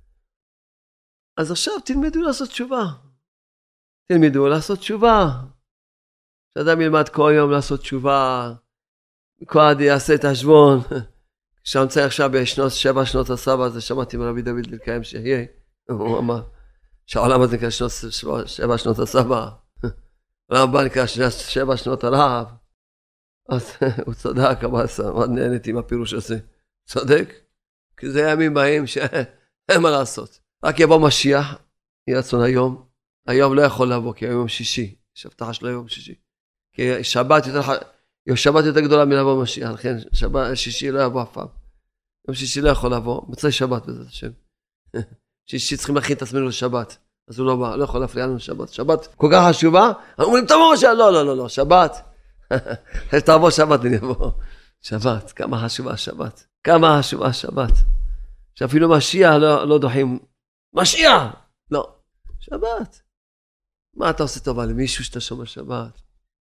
אז עכשיו תלמדו לעשות תשובה. תלמדו לעשות תשובה. שאדם ילמד כל יום לעשות תשובה, כל עד יעשה את השבון. כשאני צריך עכשיו ב7 שנות הסבא, אז שמעתי מרבי דוד לקיים שיהיה. הוא אמר, שהעולם הזה נקרא 7 שנות הסבא. העולם הבא נקרא 7 שנות הרעב. אז הוא צדק, אבל מאוד נהניתי עם הפירוש הזה. צודק? כי זה ימים באים שאין מה לעשות. רק יבוא משיח, יהיה רצון היום. היום לא יכול לבוא, כי היום יום שישי. יש הבטחה שלו יום שישי. כי שבת יותר גדולה מלבוא משיח, לכן שישי לא יבוא אף פעם. יום שישי לא יכול לבוא, מצא שבת בעזרת השם. שישי צריכים להכין את עצמנו לשבת. אז הוא לא בא, לא יכול להפריע לנו לשבת. שבת כל כך חשובה, אומרים תבוא משיח, לא, שבת. תבוא שבת, אני אבוא. שבת, כמה חשובה השבת. כמה חשובה השבת. שאפילו משיח לא דוחים. משיח! לא. שבת. מה אתה עושה טובה למישהו שאתה שומר שבת?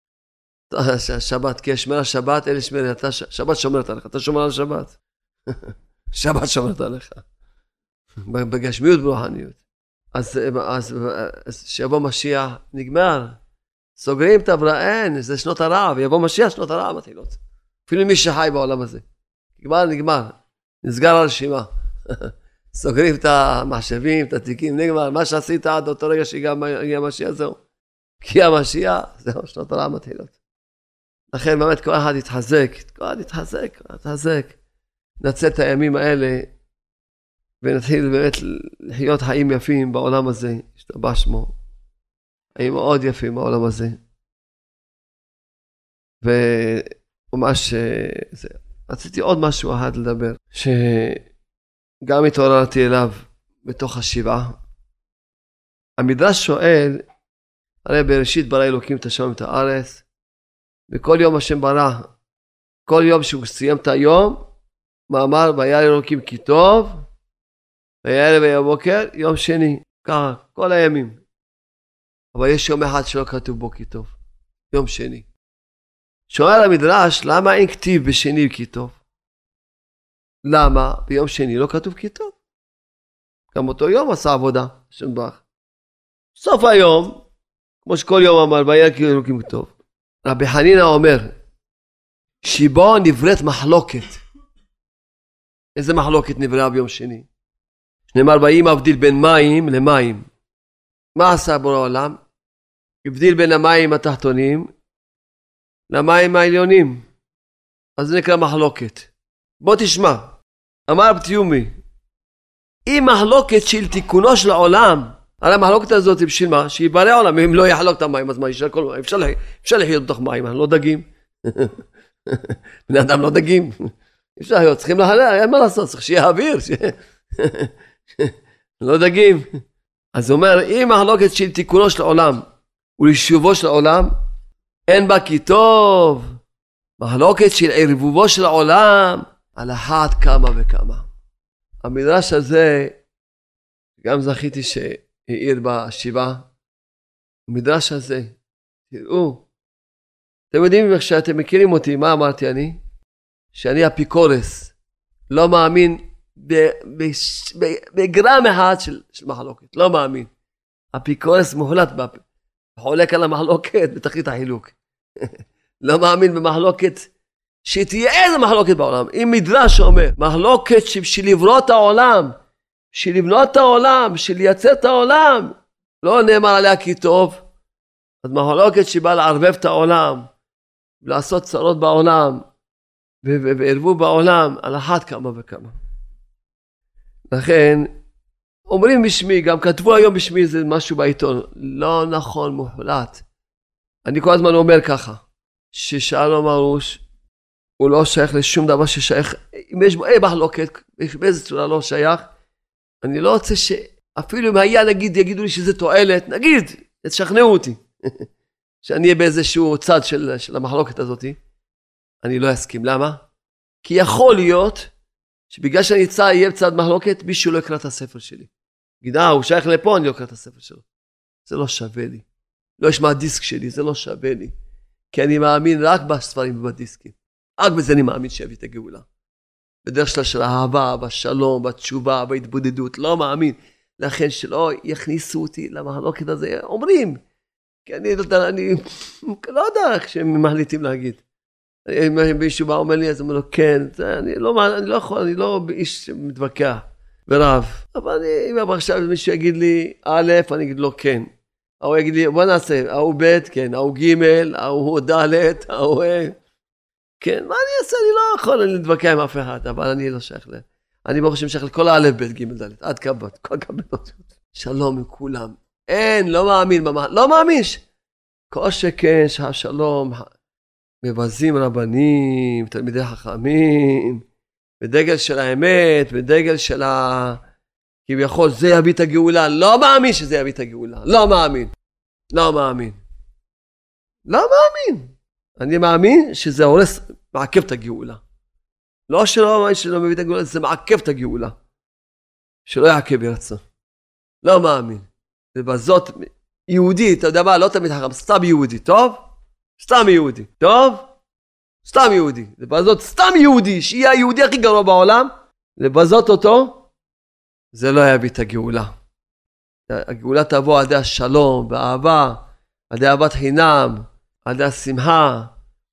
שבת, כי השמר השבת, אלה שמר, שבת שומרת עליך, אתה שומר על שבת. שבת שומרת עליך. בגשמיות ברוחניות. אז שיבוא משיח, נגמר. סוגרים את אברהם, זה שנות הרעב, יבוא משיח, שנות הרעב מתחילות. אפילו מי שחי בעולם הזה. נגמר. נסגר הרשימה. סוגרים את המחשבים, את התיקים, נגמר. מה שעשית עד אותו רגע שהגיע המשיח, זהו. כי המשיח, זהו, שנות הרעב מתחילות. לכן באמת כל אחד יתחזק. נצל את הימים האלה, ונתחיל באמת לחיות חיים יפים בעולם הזה, השתבח שמו. חיים מאוד יפים בעולם הזה. וממש, רציתי עוד משהו אחד לדבר, שגם התעוררתי אליו בתוך השבעה. המדרש שואל, הרי בראשית ברא אלוקים את השמיים ואת הארץ, וכל יום השם ברא, כל יום שהוא סיים את היום, מאמר, והיה אלוקים כי טוב, והיה ערב והיה בוקר, יום שני, ככה, כל הימים. אבל יש יום אחד שלא כתוב בו כי טוב, יום שני. שואל המדרש, למה אין כתיב בשני כי טוב? למה ביום שני לא כתוב כי טוב? גם אותו יום עשה עבודה, השם ברך. סוף היום, כמו שכל יום אמר, והיה אלוקים כי טוב. רבי חנינא אומר, שבו נבראת מחלוקת. איזה מחלוקת נבראה ביום שני? שנאמר, ויהי מבדיל בין מים למים. מה עשה בורא העולם? הבדיל בין המים התחתונים למים העליונים. אז זה נקרא מחלוקת. בוא תשמע. אמר בתיומי, אם מחלוקת של תיקונו של העולם, על המחלוקת הזאת בשביל מה? שיברא העולם, אם לא יחלוק את המים, אז מה, ישאר כל מים. אפשר לחיות בתוך מים, לא דגים. בני אדם לא דגים. אפשר, צריכים להלאה, אין מה לעשות, צריך שיהיה אוויר. לא דגים. אז הוא אומר, אם מחלוקת של תיקונו של העולם ולשובו של העולם, אין בה כי טוב. מחלוקת של ערבובו של העולם, על אחת כמה וכמה. המדרש הזה, גם זכיתי שהעיר בשבעה, המדרש הזה, תראו, אתם יודעים איך שאתם מכירים אותי, מה אמרתי אני? שאני אפיקורס, לא מאמין בגרם אחד של מחלוקת, לא מאמין. אפיקורס מוחלט, חולק על המחלוקת בתכלית החילוק. לא מאמין במחלוקת, שתהיה איזה מחלוקת בעולם. אם מדרש אומר, מחלוקת של לברוא את העולם, של לבנות את העולם, של לייצר את העולם, לא נאמר עליה כי טוב. אז מחלוקת שבאה לערבב את העולם, לעשות צרות בעולם, וערבו בעולם, על אחת כמה וכמה. לכן, אומרים בשמי, גם כתבו היום בשמי זה משהו בעיתון, לא נכון מוחלט. אני כל הזמן אומר ככה, ששלום הרוש, הוא לא שייך לשום דבר ששייך, אם יש בו מחלוקת, באיזה צורה לא שייך, אני לא רוצה שאפילו אם היה נגיד, יגידו לי שזה תועלת, נגיד, תשכנעו אותי, שאני אהיה באיזשהו צד של המחלוקת הזאת, אני לא אסכים. למה? כי יכול להיות, שבגלל שאני אהיה בצד מחלוקת, מישהו לא יקרא את הספר שלי. יגיד, הוא שייך לפה, אני לא אקרא את הספר שלו. זה לא שווה לי. לא ישמע הדיסק שלי, זה לא שווה לי. כי אני מאמין רק בספרים ובדיסקים. רק בזה אני מאמין שיביא את הגאולה. בדרך של האהבה, בשלום, בתשובה, בהתבודדות, לא מאמין. לכן שלא יכניסו אותי למחלוקת הזה, אומרים. כי אני לא יודע איך שהם מחליטים להגיד. אם מישהו בא אומר לי, אז אומר לו, כן, אני לא יכול, אני לא איש שמתווכח ורב. אבל אם עכשיו מישהו יגיד לי, א', אני אגיד לו, כן. הוא יגיד לי, בוא נעשה, ההוא ב', כן, ההוא ג', ההוא ד', ההוא כן, מה אני אעשה? אני לא יכול להתווכח עם אף אחד, אבל אני לא שייך ל... אני ברוך השם שייך לכל האלף, ב', ג', ד', עד כבוד, כל כבוד. שלום מכולם. אין, לא מאמין, לא מאמין. כל שכן, שהשלום, מבזים רבנים, תלמידי חכמים, בדגל של האמת, בדגל של כביכול זה יביא את הגאולה. לא מאמין שזה יביא את הגאולה. לא מאמין. לא מאמין. לא מאמין. אני מאמין שזה הורס, מעכב את הגאולה. לא שלא מאמין שלא מביא את הגאולה, זה מעכב את הגאולה. שלא יעכב ברצון. לא מאמין. ובזאת יהודי, אתה יודע מה, לא תמיד חכם, סתם יהודי, טוב? סתם יהודי, טוב? סתם יהודי. ובזאת סתם יהודי, שיהיה היהודי הכי גרוע בעולם, לבזות אותו, זה לא יביא את הגאולה. הגאולה תבוא על ידי השלום, באהבה, על ידי אהבת חינם, על ידי השמחה,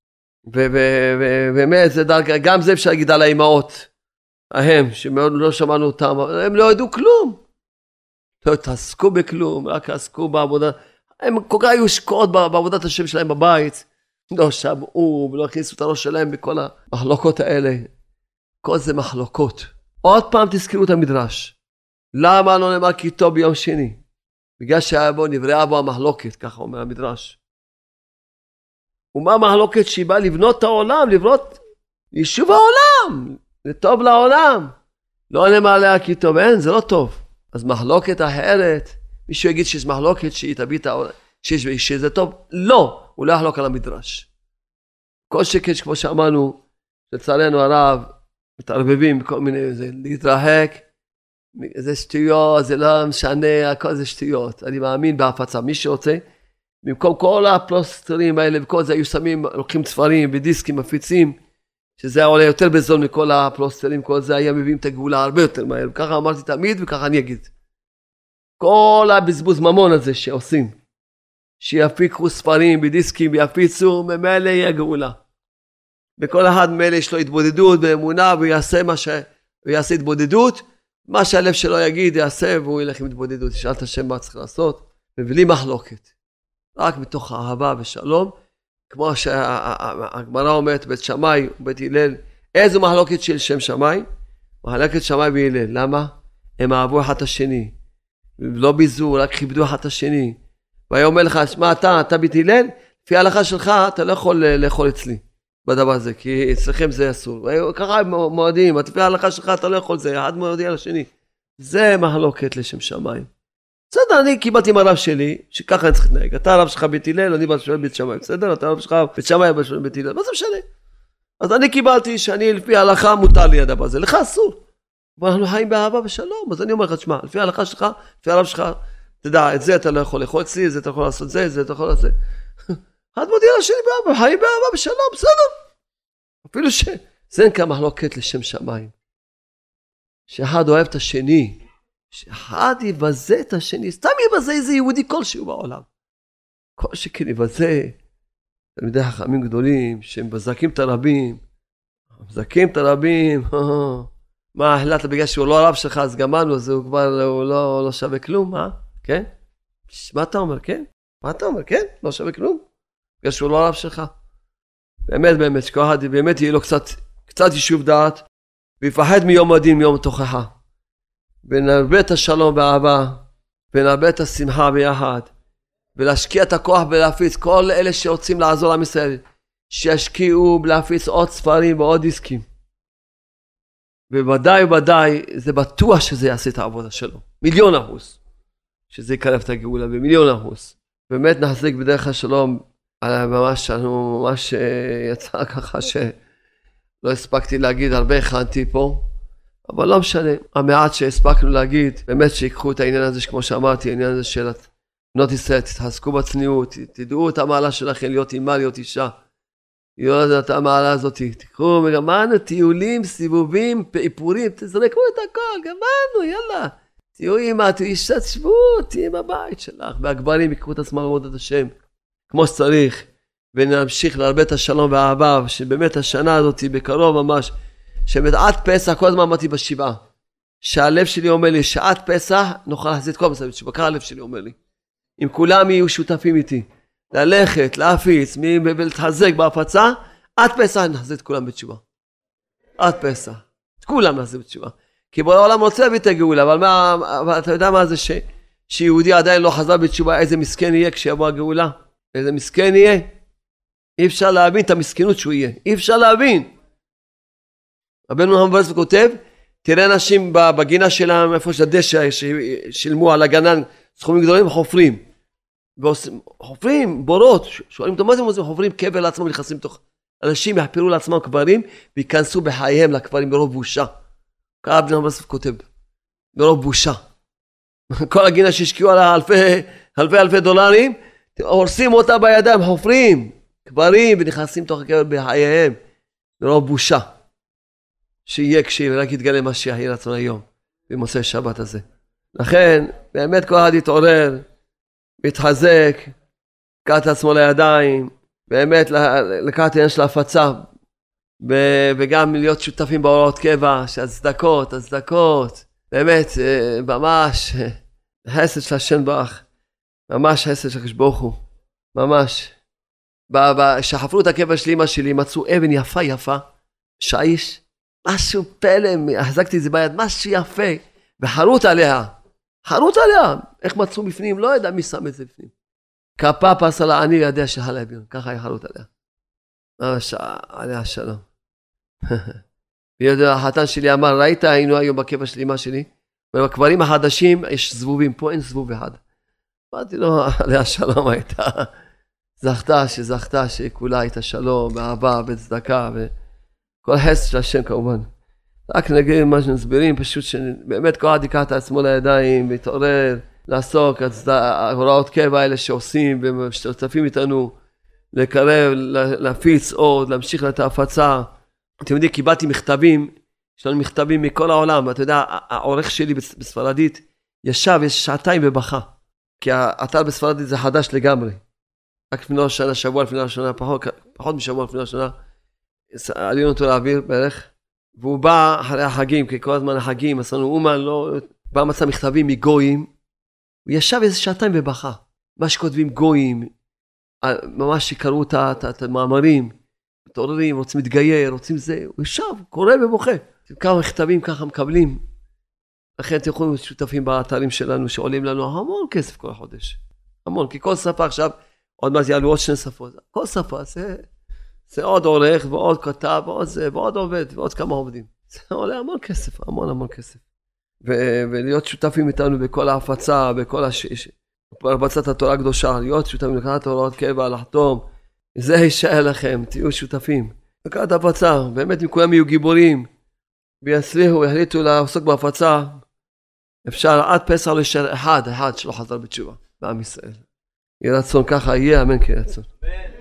ובאמת זה דרגה, גם זה אפשר להגיד על האימהות, ההם, שמאוד לא שמענו אותם, הם לא ידעו כלום. לא תעסקו בכלום, רק תעסקו בעבודה, הם כל כך היו שקועות בעבודת השם שלהם בבית, לא שמעו ולא הכניסו את הראש שלהם בכל המחלוקות האלה. כל זה מחלוקות. עוד פעם תזכרו את המדרש. למה לא נאמר כי טוב ביום שני? בגלל שהיה בו, נבראה בו המחלוקת, ככה אומר המדרש. ומה המחלוקת שהיא באה לבנות את העולם, לבנות יישוב העולם, זה טוב לעולם. לא נאמר עליה כי טוב, אין, זה לא טוב. אז מחלוקת אחרת, מישהו יגיד שיש מחלוקת שהיא תביא את העולם, שזה טוב, לא, הוא לא יחלוק על המדרש. כל שכן כמו שאמרנו, לצערנו הרב, מתערבבים בכל מיני, זה להתרחק, זה שטויות, זה לא משנה, הכל זה שטויות. אני מאמין בהפצה, מי שרוצה, במקום כל הפלוסטרים האלה וכל זה, היו שמים, לוקחים ספרים ודיסקים, מפיצים, שזה עולה יותר בזול מכל הפלוסטרים, כל זה היה מביאים את הגאולה הרבה יותר מהר, וככה אמרתי תמיד וככה אני אגיד. כל הבזבוז ממון הזה שעושים, שיפיקו ספרים בדיסקים, ויפיצו, ממילא יהיה גאולה. וכל אחד ממילא יש לו התבודדות באמונה, ויעשה התבודדות, מה שהלב שלו יגיד יעשה, והוא ילך עם התבודדות, ישאל את השם מה צריך לעשות, ובלי מחלוקת. רק מתוך אהבה ושלום, כמו שהגמרא אומרת, בית שמאי ובית הלל, איזו מחלוקת של שם שמאי? מחלוקת שמאי והלל, למה? הם אהבו אחד את השני, לא ביזו, רק כיבדו אחד את השני. והיה אומר לך, שמע אתה בית הלל, לפי ההלכה שלך, אתה לא יכול לאכול אצלי. בדבר הזה, כי אצלכם זה אסור. ככה מועדים, לפי ההלכה שלך אתה לא יכול זה, אחד מודיע לשני. זה מחלוקת לשם שמיים. בסדר, אני קיבלתי מהרב שלי, שככה אני צריך להתנהג. אתה הרב שלך בית הלל, אני בית שמאי, בסדר? אתה הרב שלך בית שמאי, בית הלל, מה זה משנה? אז אני קיבלתי שאני לפי ההלכה מותר לי הדבר הזה, לך אסור. ואנחנו חיים באהבה ושלום, אז אני אומר לך, תשמע, לפי ההלכה שלך, לפי הרב שלך, תדע, את זה אתה לא יכול לאכול אצלי, את זה אתה יכול לעשות זה, את זה אתה יכול לעשות. אחד מודיע לשני באהבה, חיים באהבה ושלום, בסדר. אפילו שזה אין כאן מחלוקת לשם שמיים. שאחד אוהב את השני, שאחד יבזה את השני, סתם יבזה איזה יהודי כלשהו בעולם. כל שכן יבזה, תלמידי חכמים גדולים, שהם מזכים את הרבים, מזכים את הרבים, מה, החלטת בגלל שהוא לא הרב שלך, אז גמרנו, אז הוא כבר לא שווה כלום, מה? כן? מה אתה אומר, כן? מה אתה אומר, כן? לא שווה כלום? בגלל שהוא לא הרב שלך. באמת, שכל אחד באמת יהיה לו קצת יישוב דעת, ויפחד מיום הדין, מיום התוכחה. ונרבה את השלום באהבה, ונרבה את השמחה ביחד, ולהשקיע את הכוח בלהפיץ, כל אלה שרוצים לעזור עם ישראל, שישקיעו בלהפיץ עוד ספרים ועוד דיסקים. וודאי, זה בטוח שזה יעשה את העבודה שלו. 1,000,000%. שזה יקרב את הגאולה, ב1,000,000%. באמת נחזיק בדרך השלום, ממש יצא ככה שלא הספקתי להגיד, הרבה הכנתי פה, אבל לא משנה. המעט שהספקנו להגיד, באמת שיקחו את העניין הזה, שכמו שאמרתי, העניין הזה של בנות ישראל, תתחזקו בצניעות, תדעו את המעלה שלכם, להיות אימה, להיות אישה. להיות את המעלה הזאת, תקחו, גמרנו, טיולים, סיבובים, איפורים, תזרקו את הכל, גמרנו, יאללה. תהיו אימא, תהיו אישה, תשבו, תהיו בבית שלך, והגברים יקחו את עצמם לעבוד את השם, כמו שצריך, ונמשיך להרבה את השלום והאהבה, שבאמת השנה הזאת, בקרוב ממש, שבעד פסח, כל הזמן אמרתי בשבעה, שהלב שלי אומר לי, שעד פסח נוכל להחזיר את כל המסביב, שבקר הלב שלי אומר לי, אם כולם יהיו שותפים איתי, ללכת, להפיץ, ולהתחזק בהפצה, עד פסח נחזיר את כולם בתשובה. עד פסח. את כולם נחזיר בתשובה. כי בעולם רוצה להביא את הגאולה, אבל אתה יודע מה זה שיהודי עדיין לא חזר בתשובה, איזה מסכן יהיה כשיבוא הגאולה? איזה מסכן יהיה? אי אפשר להבין את המסכנות שהוא יהיה. אי אפשר להבין. רבנו המברס כותב, תראה אנשים בגינה שלהם, איפה שהדשא שילמו על הגנן, סכומים גדולים, חופרים בורות, שואלים אותו מה זה מוזים, חופרים קבר לעצמם ונכנסים תוך, אנשים יחפרו לעצמם קברים ויכנסו בחייהם לקברים ברוב בושה. ככה בן המברס כותב, ברוב בושה. כל הגינה שהשקיעו עליה אלפי דולרים, הורסים אותה בידיים, חופרים קברים ונכנסים תוך הקבר בחייהם ברוב בושה. שיהיה כשרק יתגלה משיח יהיה רצון היום במוצאי שבת הזה. לכן באמת כל אחד יתעורר, מתחזק, לקחת את עצמו לידיים, באמת לקחת העניין של ההפצה, וגם להיות שותפים בהוראות קבע, שהצדקות, באמת ממש חסד של השם ברך, ממש חסד של הקדוש ברוך הוא, ממש. כשחפרו את הקבר של אמא שלי, מצאו אבן יפה, שיש, משהו פלא, החזקתי את זה ביד, משהו יפה, וחרוט עליה, איך מצאו בפנים, לא יודע מי שם את זה בפנים. כפה פס על העני לידיה של הלביון, ככה היה חרוט עליה. ממש עליה שלום. החתן שלי אמר, ראית, היינו היום בקבר של אמא שלי, ובקברים החדשים יש זבובים, פה אין זבוב אחד. אמרתי לו, עליה שלום הייתה, זכתה שכולה הייתה שלום, באהבה, בצדקה, וכל חסד של השם כמובן. רק נגיד מה שנסבירים, פשוט שבאמת כל אחד ייקח את עצמו לידיים, להתעורר, לעסוק, הוראות קבע האלה שעושים ומשתתפים איתנו, לקרב, להפיץ עוד, להמשיך את ההפצה. אתם יודעים, קיבלתי מכתבים, יש לנו מכתבים מכל העולם, אתה יודע, העורך שלי בספרדית ישב, יש שעתיים ובכה, כי האתר בספרדית זה חדש לגמרי. רק לפני השנה, שבוע לפני השנה, פחות משבוע לפני השנה, עלינו אותו לאוויר בערך, והוא בא אחרי החגים, כי כל הזמן החגים, עשינו אומן, לא, בא מצא מכתבים מגויים, הוא ישב איזה שעתיים ובכה, מה שכותבים גויים, ממש שקראו את המאמרים, מתעוררים, רוצים להתגייר, רוצים זה, הוא ישב, קורא ובוכה, כמה מכתבים ככה מקבלים, לכן אתם יכולים להיות שותפים באתרים שלנו, שעולים לנו המון כסף כל החודש, המון, כי כל שפה עכשיו, עוד מעט יעלו עוד 2 שפות, כל שפה, זה עוד עורך ועוד כתב ועוד זה ועוד עובד ועוד כמה עובדים. זה עולה המון כסף, המון כסף. ולהיות שותפים איתנו בכל ההפצה, בכל הפצת התורה הקדושה, להיות שותפים לקראת הוראות קבע, לחתום. זה יישאר לכם, תהיו שותפים. לקראת הפצה, באמת אם כולם יהיו גיבורים, ויצליחו, יחליטו לעסוק בהפצה, אפשר עד פסח להישאר אחד שלא חזר בתשובה, בעם ישראל. יהיה רצון ככה, יהיה אמן כן רצון.